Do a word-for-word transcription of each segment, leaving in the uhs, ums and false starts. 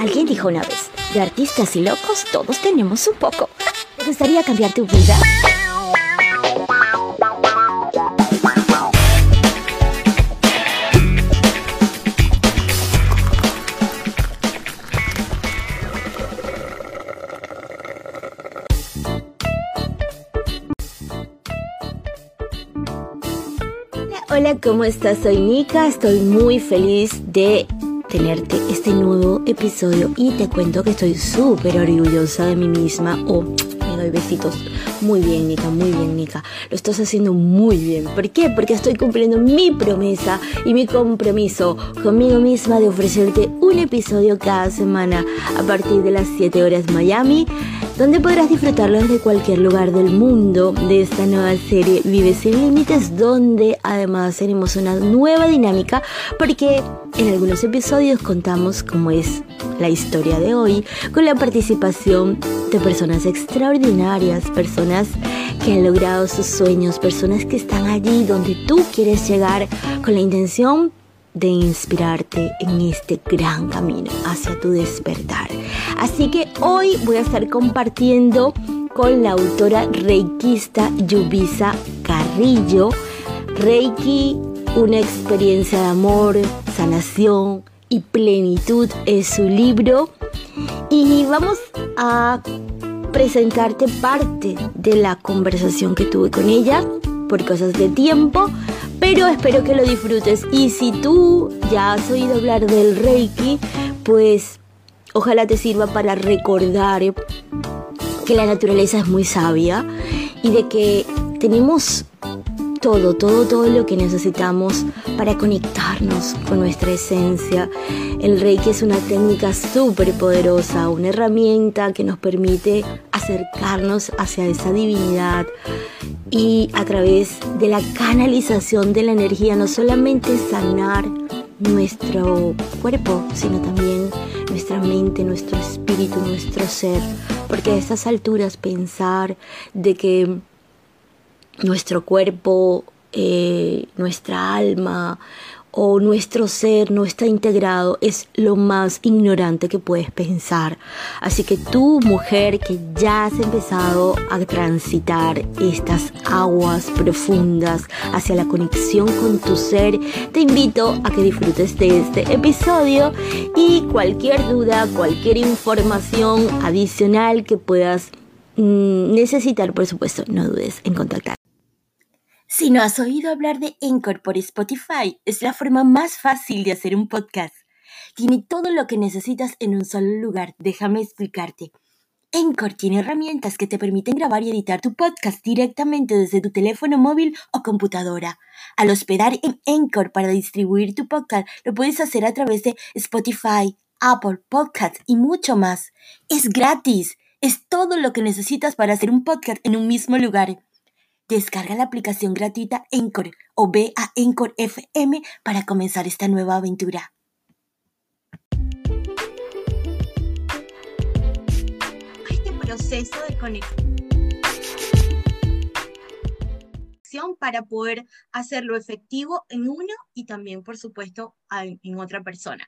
Alguien dijo una vez, de artistas y locos todos tenemos un poco. ¿Te gustaría cambiar tu vida? Hola, hola, ¿cómo estás? Soy Nika, estoy muy feliz de tenerte este nuevo episodio y te cuento que estoy súper orgullosa de mí misma. Oh, me doy besitos. Muy bien, Nika, muy bien, Nika. Lo estás haciendo muy bien. ¿Por qué? Porque estoy cumpliendo mi promesa y mi compromiso conmigo misma de ofrecerte un episodio cada semana a partir de las siete horas Miami, donde podrás disfrutarlo desde cualquier lugar del mundo de esta nueva serie Vive Sin Límites, donde además tenemos una nueva dinámica porque en algunos episodios contamos cómo es la historia de hoy con la participación de personas extraordinarias, personas que han logrado sus sueños, personas que están allí donde tú quieres llegar con la intención de inspirarte en este gran camino hacia tu despertar. Así que hoy voy a estar compartiendo con la autora reikista Yubisa Carrillo. Reiki, una experiencia de amor, sanación y plenitud es su libro. Y vamos a presentarte parte de la conversación que tuve con ella por cosas de tiempo, pero espero que lo disfrutes. Y si tú ya has oído hablar del Reiki, pues ojalá te sirva para recordar que la naturaleza es muy sabia y de que tenemos todo, todo, todo lo que necesitamos para conectarnos con nuestra esencia. El Reiki es una técnica súper poderosa, una herramienta que nos permite acercarnos hacia esa divinidad y a través de la canalización de la energía no solamente sanar nuestro cuerpo, sino también nuestra mente, nuestro espíritu, nuestro ser, porque a estas alturas pensar de que nuestro cuerpo, eh, nuestra alma o nuestro ser no está integrado es lo más ignorante que puedes pensar. Así que tú, mujer, que ya has empezado a transitar estas aguas profundas hacia la conexión con tu ser, te invito a que disfrutes de este episodio y cualquier duda, cualquier información adicional que puedas mm, necesitar, por supuesto, no dudes en contactar. Si no has oído hablar de Anchor por Spotify, es la forma más fácil de hacer un podcast. Tiene todo lo que necesitas en un solo lugar. Déjame explicarte. Anchor tiene herramientas que te permiten grabar y editar tu podcast directamente desde tu teléfono móvil o computadora. Al hospedar en Anchor para distribuir tu podcast, lo puedes hacer a través de Spotify, Apple Podcasts y mucho más. Es gratis. Es todo lo que necesitas para hacer un podcast en un mismo lugar. Descarga la aplicación gratuita Anchor o ve a Anchor F M para comenzar esta nueva aventura. Este proceso de conexión para poder hacerlo efectivo en uno y también, por supuesto, en otra persona.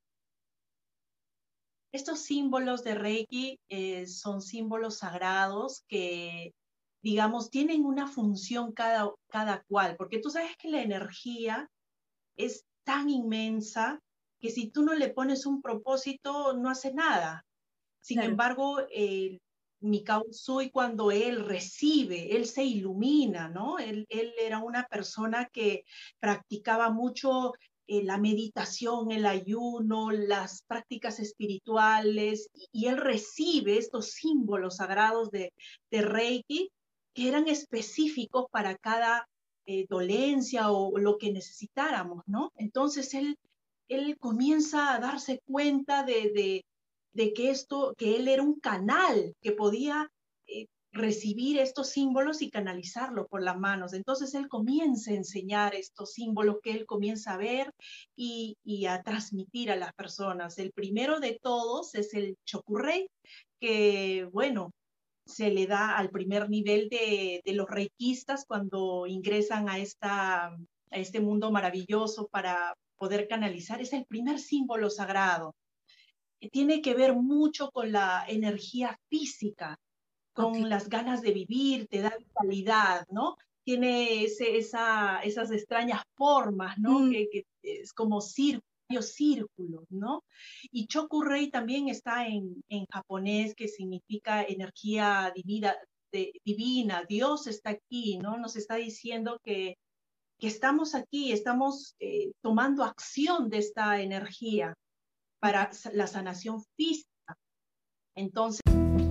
Estos símbolos de Reiki eh, son símbolos sagrados que, digamos, tienen una función cada, cada cual, porque tú sabes que la energía es tan inmensa que si tú no le pones un propósito, no hace nada. Sin claro. embargo, eh, Mikao Usui, cuando él recibe, él se ilumina, ¿no? Él, él era una persona que practicaba mucho eh, la meditación, el ayuno, las prácticas espirituales, y, y él recibe estos símbolos sagrados de, de Reiki que eran específicos para cada eh, dolencia o lo que necesitáramos, ¿no? Entonces él, él comienza a darse cuenta de, de, de que esto, que él era un canal que podía eh, recibir estos símbolos y canalizarlo por las manos. Entonces él comienza a enseñar estos símbolos que él comienza a ver y, y a transmitir a las personas. El primero de todos es el Chokurei, que bueno, se le da al primer nivel de, de los reikistas cuando ingresan a, esta, a este mundo maravilloso para poder canalizar. Es el primer símbolo sagrado. tiene que ver mucho con la energía física, Ok. con las ganas de vivir, te da vitalidad, ¿no? Tiene ese, esa, esas extrañas formas, ¿no? Mm, Que, que es como círculos, círculos, ¿no? Y Chokurei también está en, en japonés, que significa energía divina, de, divina, Dios está aquí, ¿no? Nos está diciendo que, que estamos aquí, estamos eh, tomando acción de esta energía ok. para la sanación física. Entonces,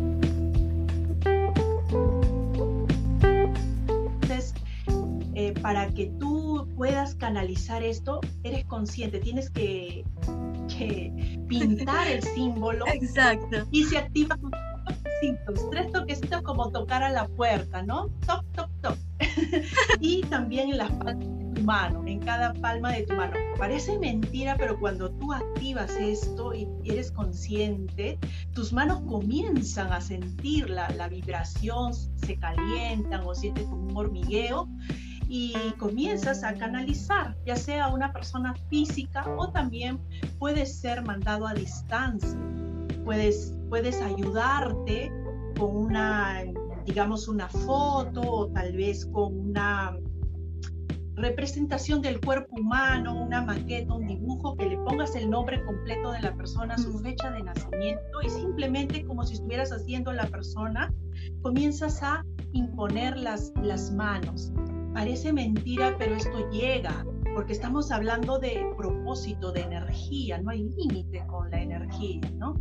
eh, para que tú puedas canalizar esto, eres consciente, tienes que, que pintar el símbolo Exacto. y se activan tus toquecitos, tres toquecitos como tocar a la puerta, ¿no? Toc, toc, toc. Y también en las palmas de tu mano, en cada palma de tu mano. Parece mentira, pero cuando tú activas esto y eres consciente, tus manos comienzan a sentir la, la vibración, se calientan o sientes como un hormigueo y comienzas a canalizar, ya sea una persona física o también puede ser mandado a distancia. Puedes, puedes ayudarte con una, digamos, una foto o tal vez con una representación del cuerpo humano, una maqueta, un dibujo, que le pongas el nombre completo de la persona, su Mm. fecha de nacimiento y simplemente como si estuvieras haciendo la persona, comienzas a imponer las, las manos. Parece mentira, pero esto llega, porque estamos hablando de propósito, de energía, no hay límite con la energía, ¿no?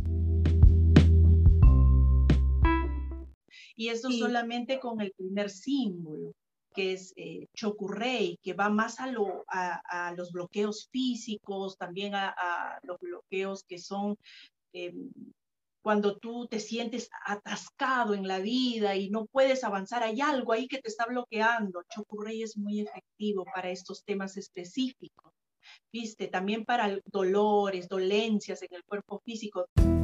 Y eso Sí. solamente con el primer símbolo, que es eh, Chokurei, que va más a, lo, a, a, los bloqueos físicos, también a, a los bloqueos que son eh, cuando tú te sientes atascado en la vida y no puedes avanzar, hay algo ahí que te está bloqueando. Chokurei es muy efectivo para estos temas específicos, ¿viste? También para dolores, dolencias en el cuerpo físico.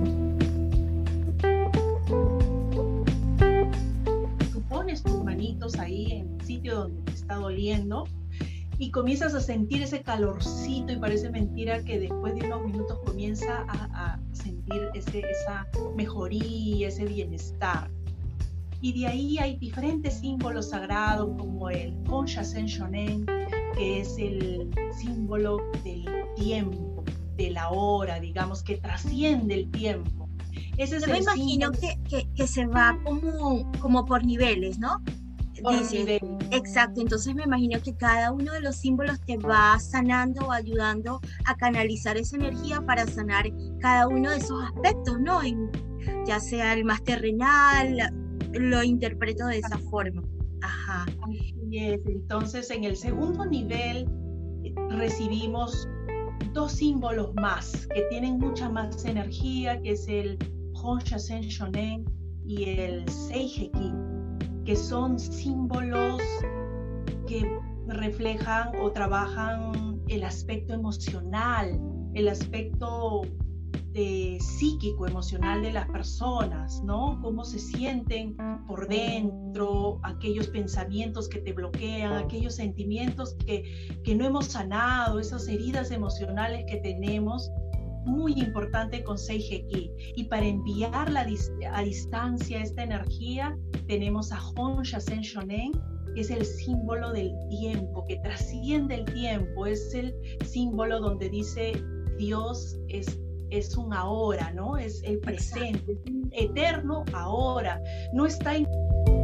Pones tus manitos ahí en el sitio donde te está doliendo y comienzas a sentir ese calorcito y parece mentira que después de unos minutos comienza a, a sentir ese, esa mejoría, ese bienestar. Y de ahí hay diferentes símbolos sagrados como el Honshasen Shonen, que es el símbolo del tiempo, de la hora, digamos, que trasciende el tiempo. Ese es Yo me el imagino símbolo que, que, que se va como, como por niveles, ¿no? por Dices, nivel. exacto, entonces me imagino que cada uno de los símbolos te va sanando o ayudando a canalizar esa energía para sanar cada uno de esos aspectos, ¿no? En- ya sea el más terrenal, lo interpreto de esa forma. Ajá. Así es. Entonces, en el segundo nivel eh, recibimos dos símbolos más que tienen mucha más energía, que es el Honshasen Shonen y el Seiheki, que son símbolos que reflejan o trabajan el aspecto emocional, el aspecto de psíquico, emocional de las personas, ¿no? Cómo se sienten por dentro, aquellos pensamientos que te bloquean, aquellos sentimientos que, que no hemos sanado, esas heridas emocionales que tenemos. Muy importante con Seiheki. Y para enviarla a distancia esta energía, tenemos a Honshasen Shonen, que es el símbolo del tiempo, que trasciende el tiempo, es el símbolo donde dice Dios es es un ahora, ¿no? Es el presente, es un eterno ahora. No está en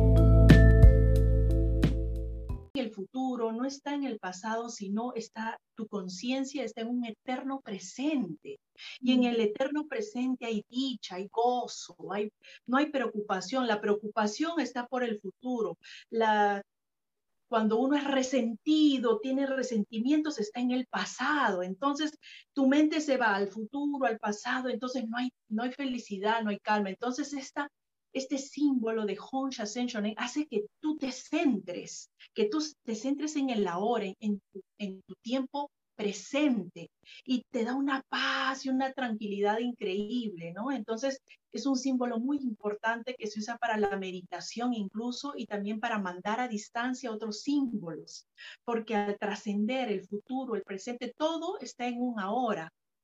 el futuro, no está en el pasado, sino está, tu conciencia está en un eterno presente. Y en el eterno presente hay dicha, hay gozo, hay, no hay preocupación. La preocupación está por el futuro. La Cuando uno es resentido, tiene resentimientos, está en el pasado. Entonces, tu mente se va al futuro, al pasado, entonces no hay, no hay felicidad, no hay calma. Entonces, esta, este símbolo de Honshasen Shonen hace que tú te centres, que tú te centres en el ahora, en, en, tu, en tu tiempo presente y te da una paz y una tranquilidad increíble, ¿no? Entonces, es un símbolo muy importante que se usa para la meditación incluso y también para mandar a distancia otros símbolos, porque al trascender el futuro, el presente, todo está en un ahora.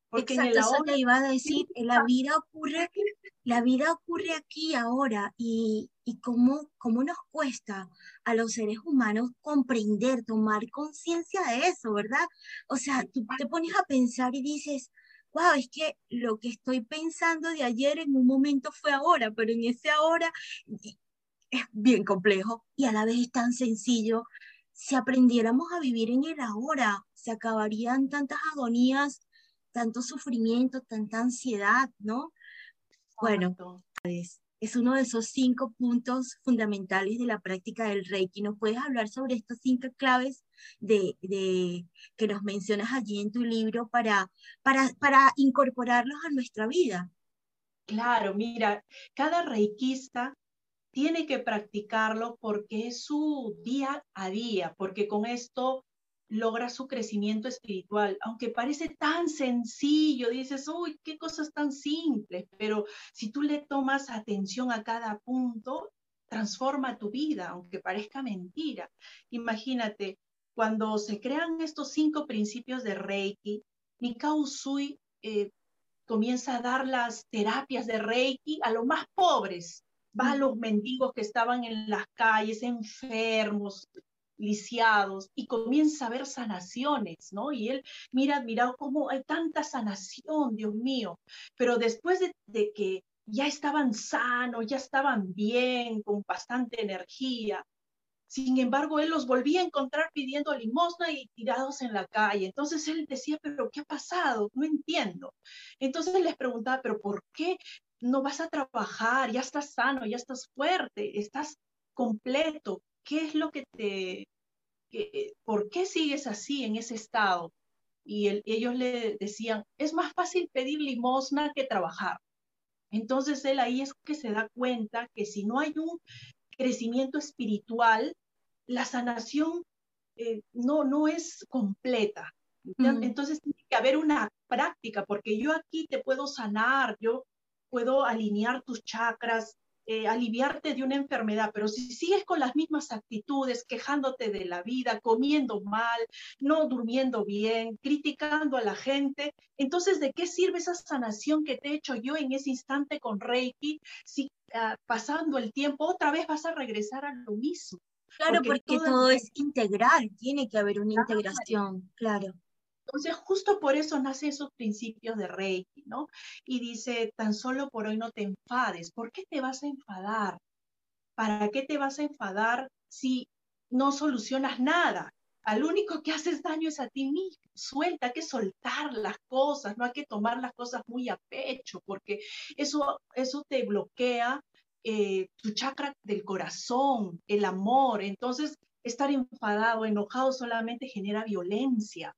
porque en el Exacto, eso ahora te iba a decir, eh, la vida ocurre, la vida ocurre aquí ahora y, y cómo, cómo nos cuesta a los seres humanos comprender, tomar conciencia de eso, ¿verdad? O sea, tú te pones a pensar y dices, wow, es que lo que estoy pensando de ayer en un momento fue ahora, pero en ese ahora y- es bien complejo y a la vez es tan sencillo. Si aprendiéramos a vivir en el ahora, se acabarían tantas agonías, tanto sufrimiento, tanta ansiedad, ¿no? Bueno, exacto. es uno de esos cinco puntos fundamentales de la práctica del Reiki. ¿Nos puedes hablar sobre estas cinco claves de, de- que nos mencionas allí en tu libro para, para, para incorporarlos a nuestra vida? Claro, mira, cada reikista tiene que practicarlo porque es su día a día, porque con esto logra su crecimiento espiritual. Aunque parece tan sencillo, dices, uy, qué cosas tan simples, pero si tú le tomas atención a cada punto, transforma tu vida, aunque parezca mentira. Imagínate, cuando se crean estos cinco principios de Reiki, Mikao Usui eh, comienza a dar las terapias de Reiki a los más pobres, va a Mm. los mendigos que estaban en las calles, enfermos, lisiados, y comienza a ver sanaciones, ¿no? Y él mira, admirado cómo hay tanta sanación, Dios mío, pero después de, de que ya estaban sanos, ya estaban bien, con bastante energía, sin embargo, él los volvía a encontrar pidiendo limosna y tirados en la calle. Entonces él decía, pero ¿qué ha pasado? No entiendo. Entonces les preguntaba, pero ¿por qué no vas a trabajar? Ya estás sano, ya estás fuerte, estás completo. ¿Qué es lo que te... Que, ¿por qué sigues así en ese estado? Y él, ellos le decían, es más fácil pedir limosna que trabajar. Entonces él ahí es que se da cuenta que si no hay un crecimiento espiritual, la sanación eh, no, no es completa. Mm. Entonces tiene que haber una práctica, porque yo aquí te puedo sanar, yo puedo alinear tus chakras, eh, aliviarte de una enfermedad, pero si sigues con las mismas actitudes, quejándote de la vida, comiendo mal, no durmiendo bien, criticando a la gente, entonces ¿de qué sirve esa sanación que te he hecho yo en ese instante con Reiki si uh, pasando el tiempo otra vez vas a regresar a lo mismo? Claro, Porque porque toda todo la es integral, tiene que haber una integración, claro. entonces, justo por eso nacen esos principios de Reiki, ¿no? Y dice, tan solo por hoy no te enfades. ¿Por qué te vas a enfadar? ¿Para qué te vas a enfadar si no solucionas nada? Al único que haces daño es a ti mismo. Suelta, hay que soltar las cosas, no hay que tomar las cosas muy a pecho, porque eso, eso te bloquea eh, tu chakra del corazón, el amor. Entonces, estar enfadado, enojado solamente genera violencia.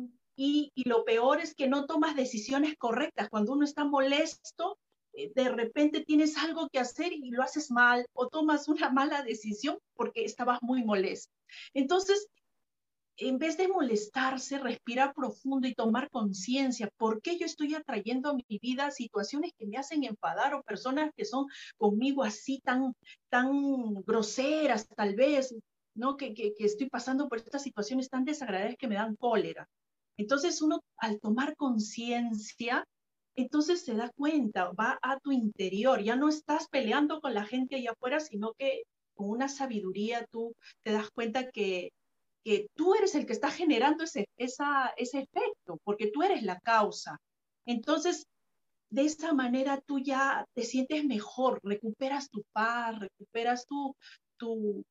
Y, y lo peor es que no tomas decisiones correctas. Cuando uno está molesto, eh, de repente tienes algo que hacer y lo haces mal o tomas una mala decisión porque estabas muy molesto. Entonces, en vez de molestarse, respirar profundo y tomar conciencia, ¿por qué yo estoy atrayendo a mi vida situaciones que me hacen enfadar o personas que son conmigo así tan, tan groseras tal vez, ¿no? Que, que, que estoy pasando por estas situaciones tan desagradables que me dan cólera. Entonces uno al tomar conciencia, entonces se da cuenta, va a tu interior, ya no estás peleando con la gente allá afuera, sino que con una sabiduría tú te das cuenta que, que tú eres el que está generando ese, esa, ese efecto, porque tú eres la causa. Entonces, de esa manera tú ya te sientes mejor, recuperas tu paz, recuperas tu, tu,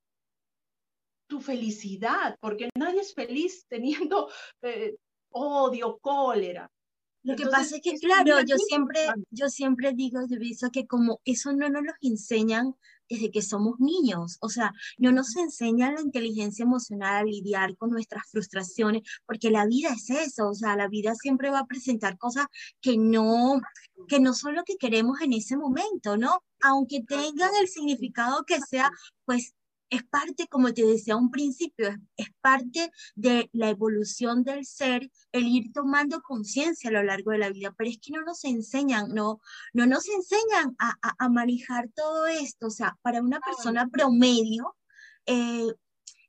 tu felicidad, porque nadie es feliz teniendo eh, odio, cólera. Lo que pasa Entonces, es que, es claro, muy yo siempre, importante. yo siempre digo, yo pienso que como eso no nos lo enseñan desde que somos niños, o sea, no nos enseñan la inteligencia emocional a lidiar con nuestras frustraciones, porque la vida es eso, o sea, la vida siempre va a presentar cosas que no, que no son lo que queremos en ese momento, ¿no? Aunque tengan el significado que sea, pues es parte, como te decía a un principio, es, es parte de la evolución del ser el ir tomando conciencia a lo largo de la vida, pero es que no nos enseñan, no, no nos enseñan a, a, a manejar todo esto, o sea, para una persona promedio, eh,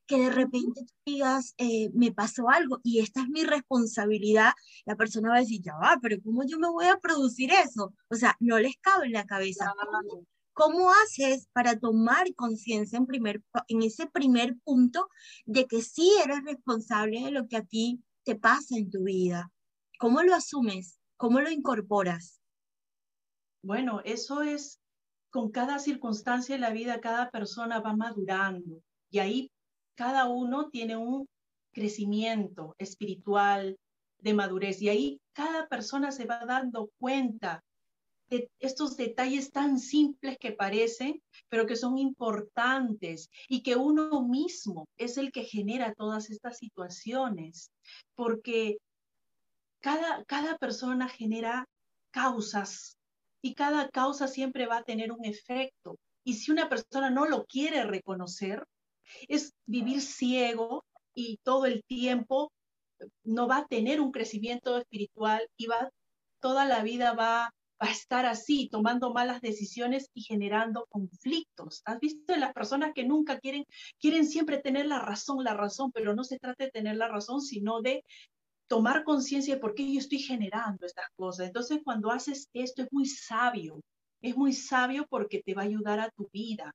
que de repente tú digas, eh, me pasó algo y esta es mi responsabilidad, la persona va a decir, ya va, pero ¿cómo yo me voy a producir eso? O sea, no les cabe en la cabeza. ¿Cómo, cómo haces para tomar conciencia en, primer, en ese primer punto de que sí eres responsable de lo que a ti te pasa en tu vida? ¿Cómo lo asumes? ¿Cómo lo incorporas? Bueno, eso es con cada circunstancia de la vida, cada persona va madurando y ahí cada uno tiene un crecimiento espiritual de madurez y ahí cada persona se va dando cuenta de estos detalles tan simples que parecen, pero que son importantes y que uno mismo es el que genera todas estas situaciones, porque cada, cada persona genera causas y cada causa siempre va a tener un efecto. Y si una persona no lo quiere reconocer, es vivir ciego y todo el tiempo no va a tener un crecimiento espiritual y va, toda la vida va, va a estar así, tomando malas decisiones y generando conflictos. ¿Has visto de las personas que nunca quieren, quieren siempre tener la razón, la razón, pero no se trata de tener la razón, sino de tomar conciencia de por qué yo estoy generando estas cosas? Entonces, cuando haces esto, es muy sabio, es muy sabio porque te va a ayudar a tu vida.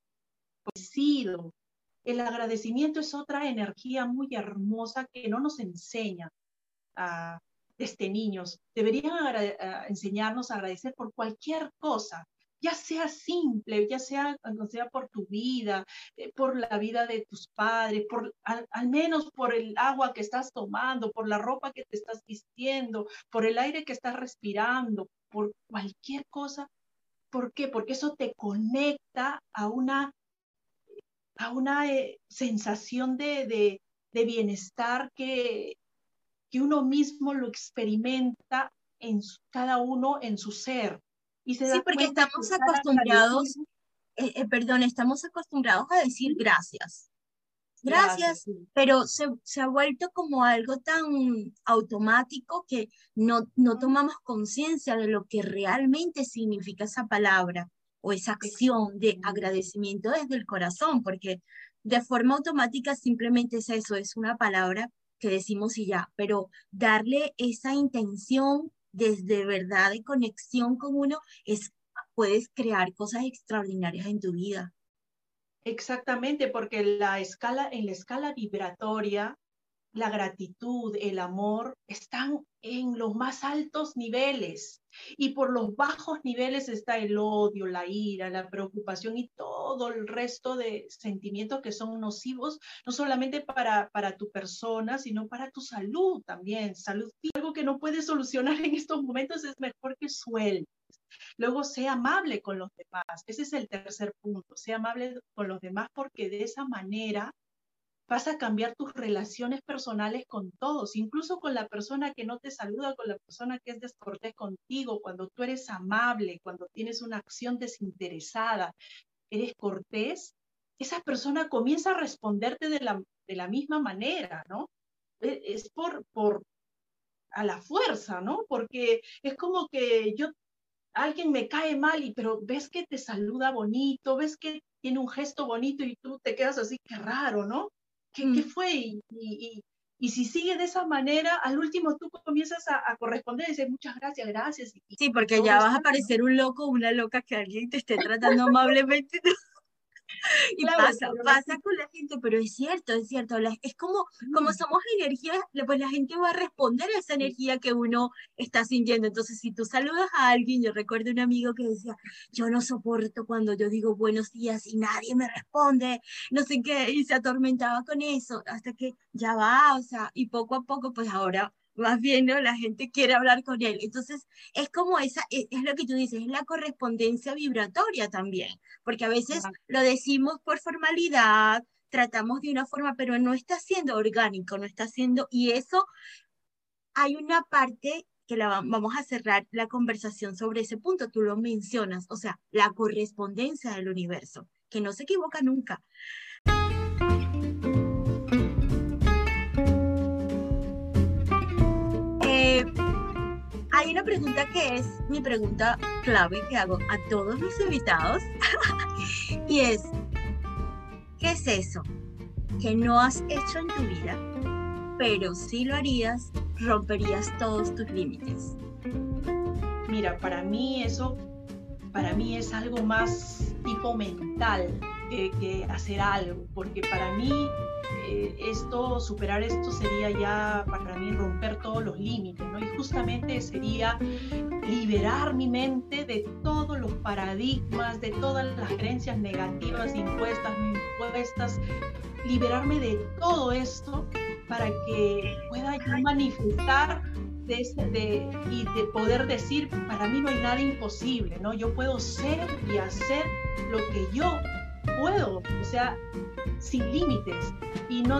El agradecimiento es otra energía muy hermosa que no nos enseña uh, desde niños. Deberían uh, enseñarnos a agradecer por cualquier cosa, ya sea simple, ya sea, o sea por tu vida, eh, por la vida de tus padres, por, al, al menos por el agua que estás tomando, por la ropa que te estás vistiendo, por el aire que estás respirando, por cualquier cosa. ¿Por qué? Porque eso te conecta a una, a una eh, sensación de, de, de bienestar que, que uno mismo lo experimenta en su, cada uno en su ser. Y se Sí, da porque cuenta estamos que acostumbrados, eh, eh, perdón, estamos acostumbrados a decir gracias. Gracias. Gracias, pero se, se ha vuelto como algo tan automático que no, no tomamos conciencia de lo que realmente significa esa palabra o esa acción de agradecimiento desde el corazón, porque de forma automática simplemente es eso, es una palabra que decimos y ya, pero darle esa intención desde verdad de conexión con uno es, puedes crear cosas extraordinarias en tu vida. Exactamente, porque la escala, en la escala vibratoria, la gratitud, el amor están en los más altos niveles y por los bajos niveles está el odio, la ira, la preocupación y todo el resto de sentimientos que son nocivos, no solamente para, para tu persona, sino para tu salud también. Salud, algo que no puedes solucionar en estos momentos es mejor que sueltes. Luego, sea amable con los demás. Ese es el tercer punto. Sea amable con los demás porque de esa manera vas a cambiar tus relaciones personales con todos, incluso con la persona que no te saluda, con la persona que es descortés contigo. Cuando tú eres amable, cuando tienes una acción desinteresada, eres cortés, esa persona comienza a responderte de la, de la misma manera, ¿no? Es por, por a la fuerza, ¿no? Porque es como que yo alguien me cae mal, y, pero ves que te saluda bonito, ves que tiene un gesto bonito y tú te quedas así, qué raro, ¿no? ¿Qué, mm. ¿qué fue? Y, y, y si sigue de esa manera, al último tú comienzas a, a corresponder y decir muchas gracias, gracias. Y, sí, porque ya vas a parecer un loco o una loca que alguien te esté tratando amablemente. Y claro, pasa, pasa con la gente, pero es cierto, es cierto, la, es como, como somos energía, pues la gente va a responder a esa energía que uno está sintiendo. Entonces, si tú saludas a alguien, yo recuerdo un amigo que decía, yo no soporto cuando yo digo buenos días y nadie me responde, no sé qué, y se atormentaba con eso, hasta que ya va, o sea, y poco a poco, pues ahora más bien, ¿no? La gente quiere hablar con él. Entonces, es como esa, es, es lo que tú dices, es la correspondencia vibratoria también, porque a veces ah. lo decimos por formalidad, tratamos de una forma, pero no está siendo orgánico, no está siendo, y eso, hay una parte que la vamos a cerrar la conversación sobre ese punto, tú lo mencionas, o sea, la correspondencia del universo, que no se equivoca nunca. Hay una pregunta que es mi pregunta clave que hago a todos mis invitados y es, ¿qué es eso? que no has hecho en tu vida, pero si lo harías, romperías todos tus límites? Mira, para mí eso, para mí es algo más tipo mental que, que hacer algo, porque para mí eh, esto, superar esto sería ya para mí romper todos los límites, ¿no? Y justamente sería liberar mi mente de todos los paradigmas, de todas las creencias negativas impuestas, no impuestas, liberarme de todo esto para que pueda yo manifestar de, de, y de poder decir, para mí no hay nada imposible, ¿no? Yo puedo ser y hacer lo que yo puedo, o sea, sin límites, y no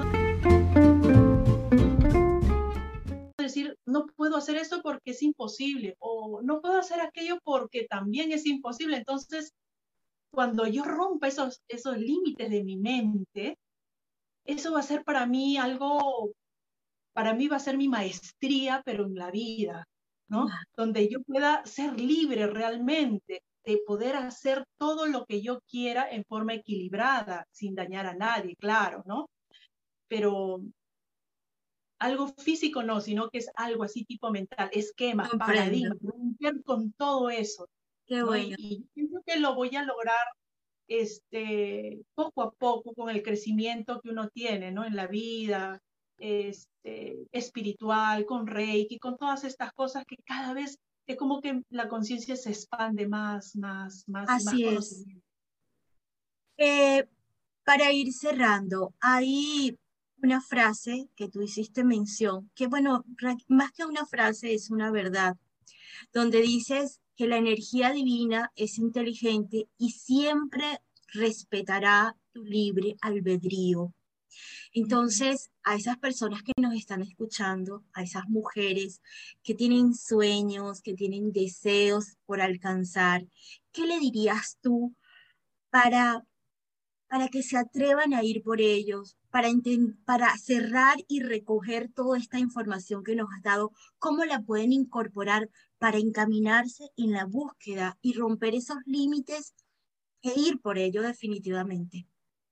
decir, no puedo hacer esto porque es imposible, o no puedo hacer aquello porque también es imposible. Entonces, cuando yo rompa esos, esos límites de mi mente, eso va a ser para mí algo, para mí va a ser mi maestría, pero en la vida, ¿no? Donde yo pueda ser libre realmente de poder hacer todo lo que yo quiera en forma equilibrada, sin dañar a nadie, claro, ¿no? Pero algo físico no, sino que es algo así tipo mental, esquemas, Comprendo. paradigmas, romper con todo eso, Qué ¿no? bueno. Y, y pienso que lo voy a lograr este, poco a poco con el crecimiento que uno tiene, ¿no? En la vida, este, espiritual, con Reiki, con todas estas cosas que cada vez es como que la conciencia se expande más, más, más y más Así es. conocimiento. Eh, para ir cerrando, hay una frase que tú hiciste mención, que bueno, ra- más que una frase es una verdad, donde dices que la energía divina es inteligente y siempre respetará tu libre albedrío. Entonces, a esas personas que nos están escuchando, a esas mujeres que tienen sueños, que tienen deseos por alcanzar, ¿qué le dirías tú para, para que se atrevan a ir por ellos, para, enten- para cerrar y recoger toda esta información que nos has dado? ¿Cómo la pueden incorporar para encaminarse en la búsqueda y romper esos límites e ir por ello definitivamente?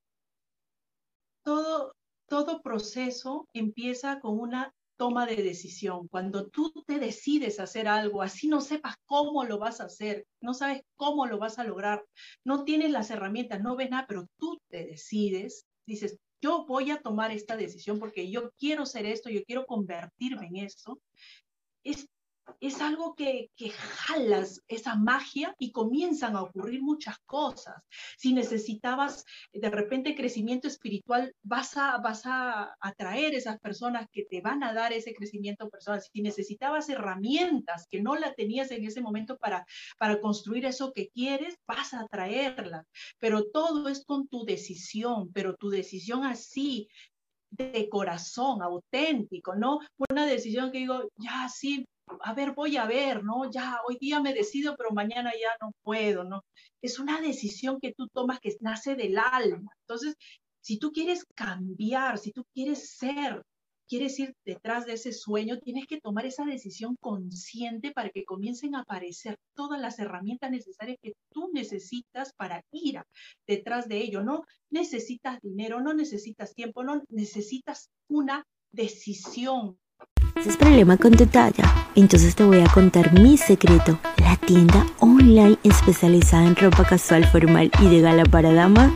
Todo, todo proceso empieza con una toma de decisión. Cuando tú te decides hacer algo, así no sepas cómo lo vas a hacer, no sabes cómo lo vas a lograr, no tienes las herramientas, no ves nada, pero tú te decides, dices, yo voy a tomar esta decisión porque yo quiero ser esto, yo quiero convertirme en eso. Es es algo que, que jalas esa magia y comienzan a ocurrir muchas cosas. Si necesitabas de repente crecimiento espiritual, vas a, vas a atraer esas personas que te van a dar ese crecimiento personal. Si necesitabas herramientas que no la tenías en ese momento para, para construir eso que quieres, vas a atraerlas. Pero todo es con tu decisión, pero tu decisión así, de corazón, auténtico, ¿no? Una decisión que digo, ya sí, a ver, voy a ver, ¿no? Ya hoy día me decido, pero mañana ya no puedo, ¿no? Es una decisión que tú tomas que nace del alma. Entonces, si tú quieres cambiar, si tú quieres ser, quieres ir detrás de ese sueño, tienes que tomar esa decisión consciente para que comiencen a aparecer todas las herramientas necesarias que tú necesitas para ir detrás de ello. No necesitas dinero, no necesitas tiempo, no necesitas una decisión. ¿Tienes problema con tu talla? Entonces te voy a contar mi secreto. La tienda online especializada en ropa casual, formal y de gala para damas,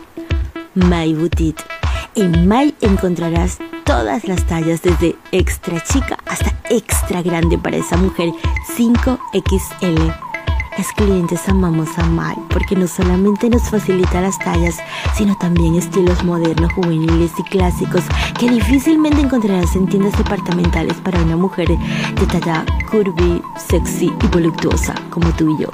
My Boutique. En My encontrarás todas las tallas desde extra chica hasta extra grande para esa mujer cinco equis ele. Las clientes amamos a My porque no solamente nos facilita las tallas, sino también estilos modernos, juveniles y clásicos que difícilmente encontrarás en tiendas departamentales para una mujer de talla curvy, sexy y voluptuosa como tú y yo.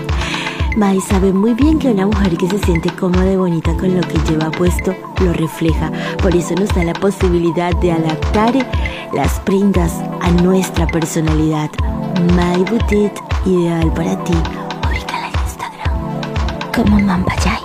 My sabe muy bien que una mujer que se siente cómoda y bonita con lo que lleva puesto lo refleja. Por eso nos da la posibilidad de adaptar las prendas a nuestra personalidad. My Boutique, ideal para ti. Ubícala en Instagram como Mambayay.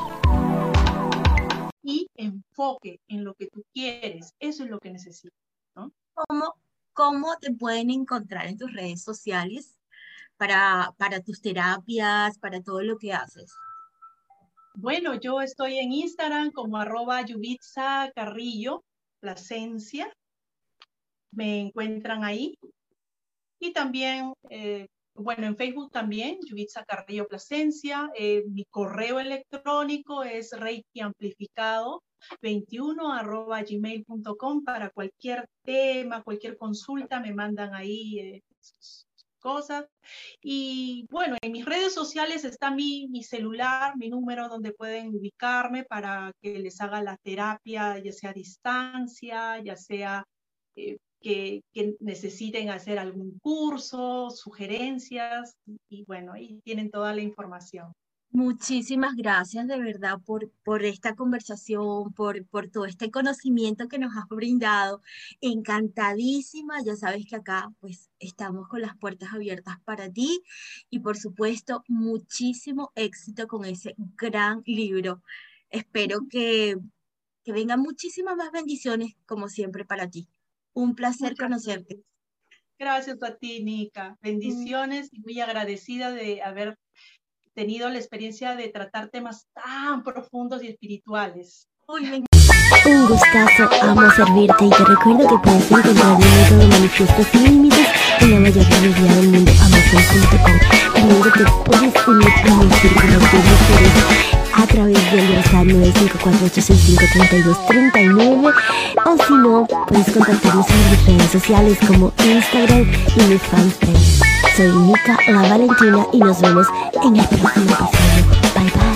Y enfoque en lo que tú quieres. Eso es lo que necesitas, ¿no? ¿Cómo, cómo te pueden encontrar en tus redes sociales para, para tus terapias, para todo lo que haces? Bueno, yo estoy en Instagram como arroba Yubitsa Carrillo. Plasencia. Me encuentran ahí. Y también, eh, bueno, en Facebook también, Yubitsa Carrillo Plasencia. Eh, mi correo electrónico es reikiamplificado veintiuno arroba gmail punto com. Para cualquier tema, cualquier consulta, me mandan ahí eh, sus cosas. Y bueno, en mis redes sociales está mi, mi celular, mi número donde pueden ubicarme para que les haga la terapia, ya sea a distancia, ya sea eh, que, que necesiten hacer algún curso, sugerencias, y bueno, ahí tienen toda la información. Muchísimas gracias de verdad por, por esta conversación, por, por todo este conocimiento que nos has brindado. Encantadísima, ya sabes que acá pues estamos con las puertas abiertas para ti y por supuesto muchísimo éxito con ese gran libro. Espero que, que vengan muchísimas más bendiciones como siempre para ti. Un placer Muchas conocerte. gracias. Gracias a ti, Nika. Bendiciones y muy agradecida de haber tenido la experiencia de tratar temas tan profundos y espirituales. Uy, me... Un gustazo, amo servirte y te recuerdo que puedes encontrar mi método Manifiesto Sin Límites en la mayor librería del mundo, amazon punto com. También que te puedes unir a mi círculo de mujeres a través del WhatsApp nueve cinco cuatro ocho seis cinco tres dos tres nueve, o si no, puedes contactarnos en mis redes sociales como Instagram y mi fanpage. Soy Nika La Valentina y nos vemos en el próximo episodio. Bye bye.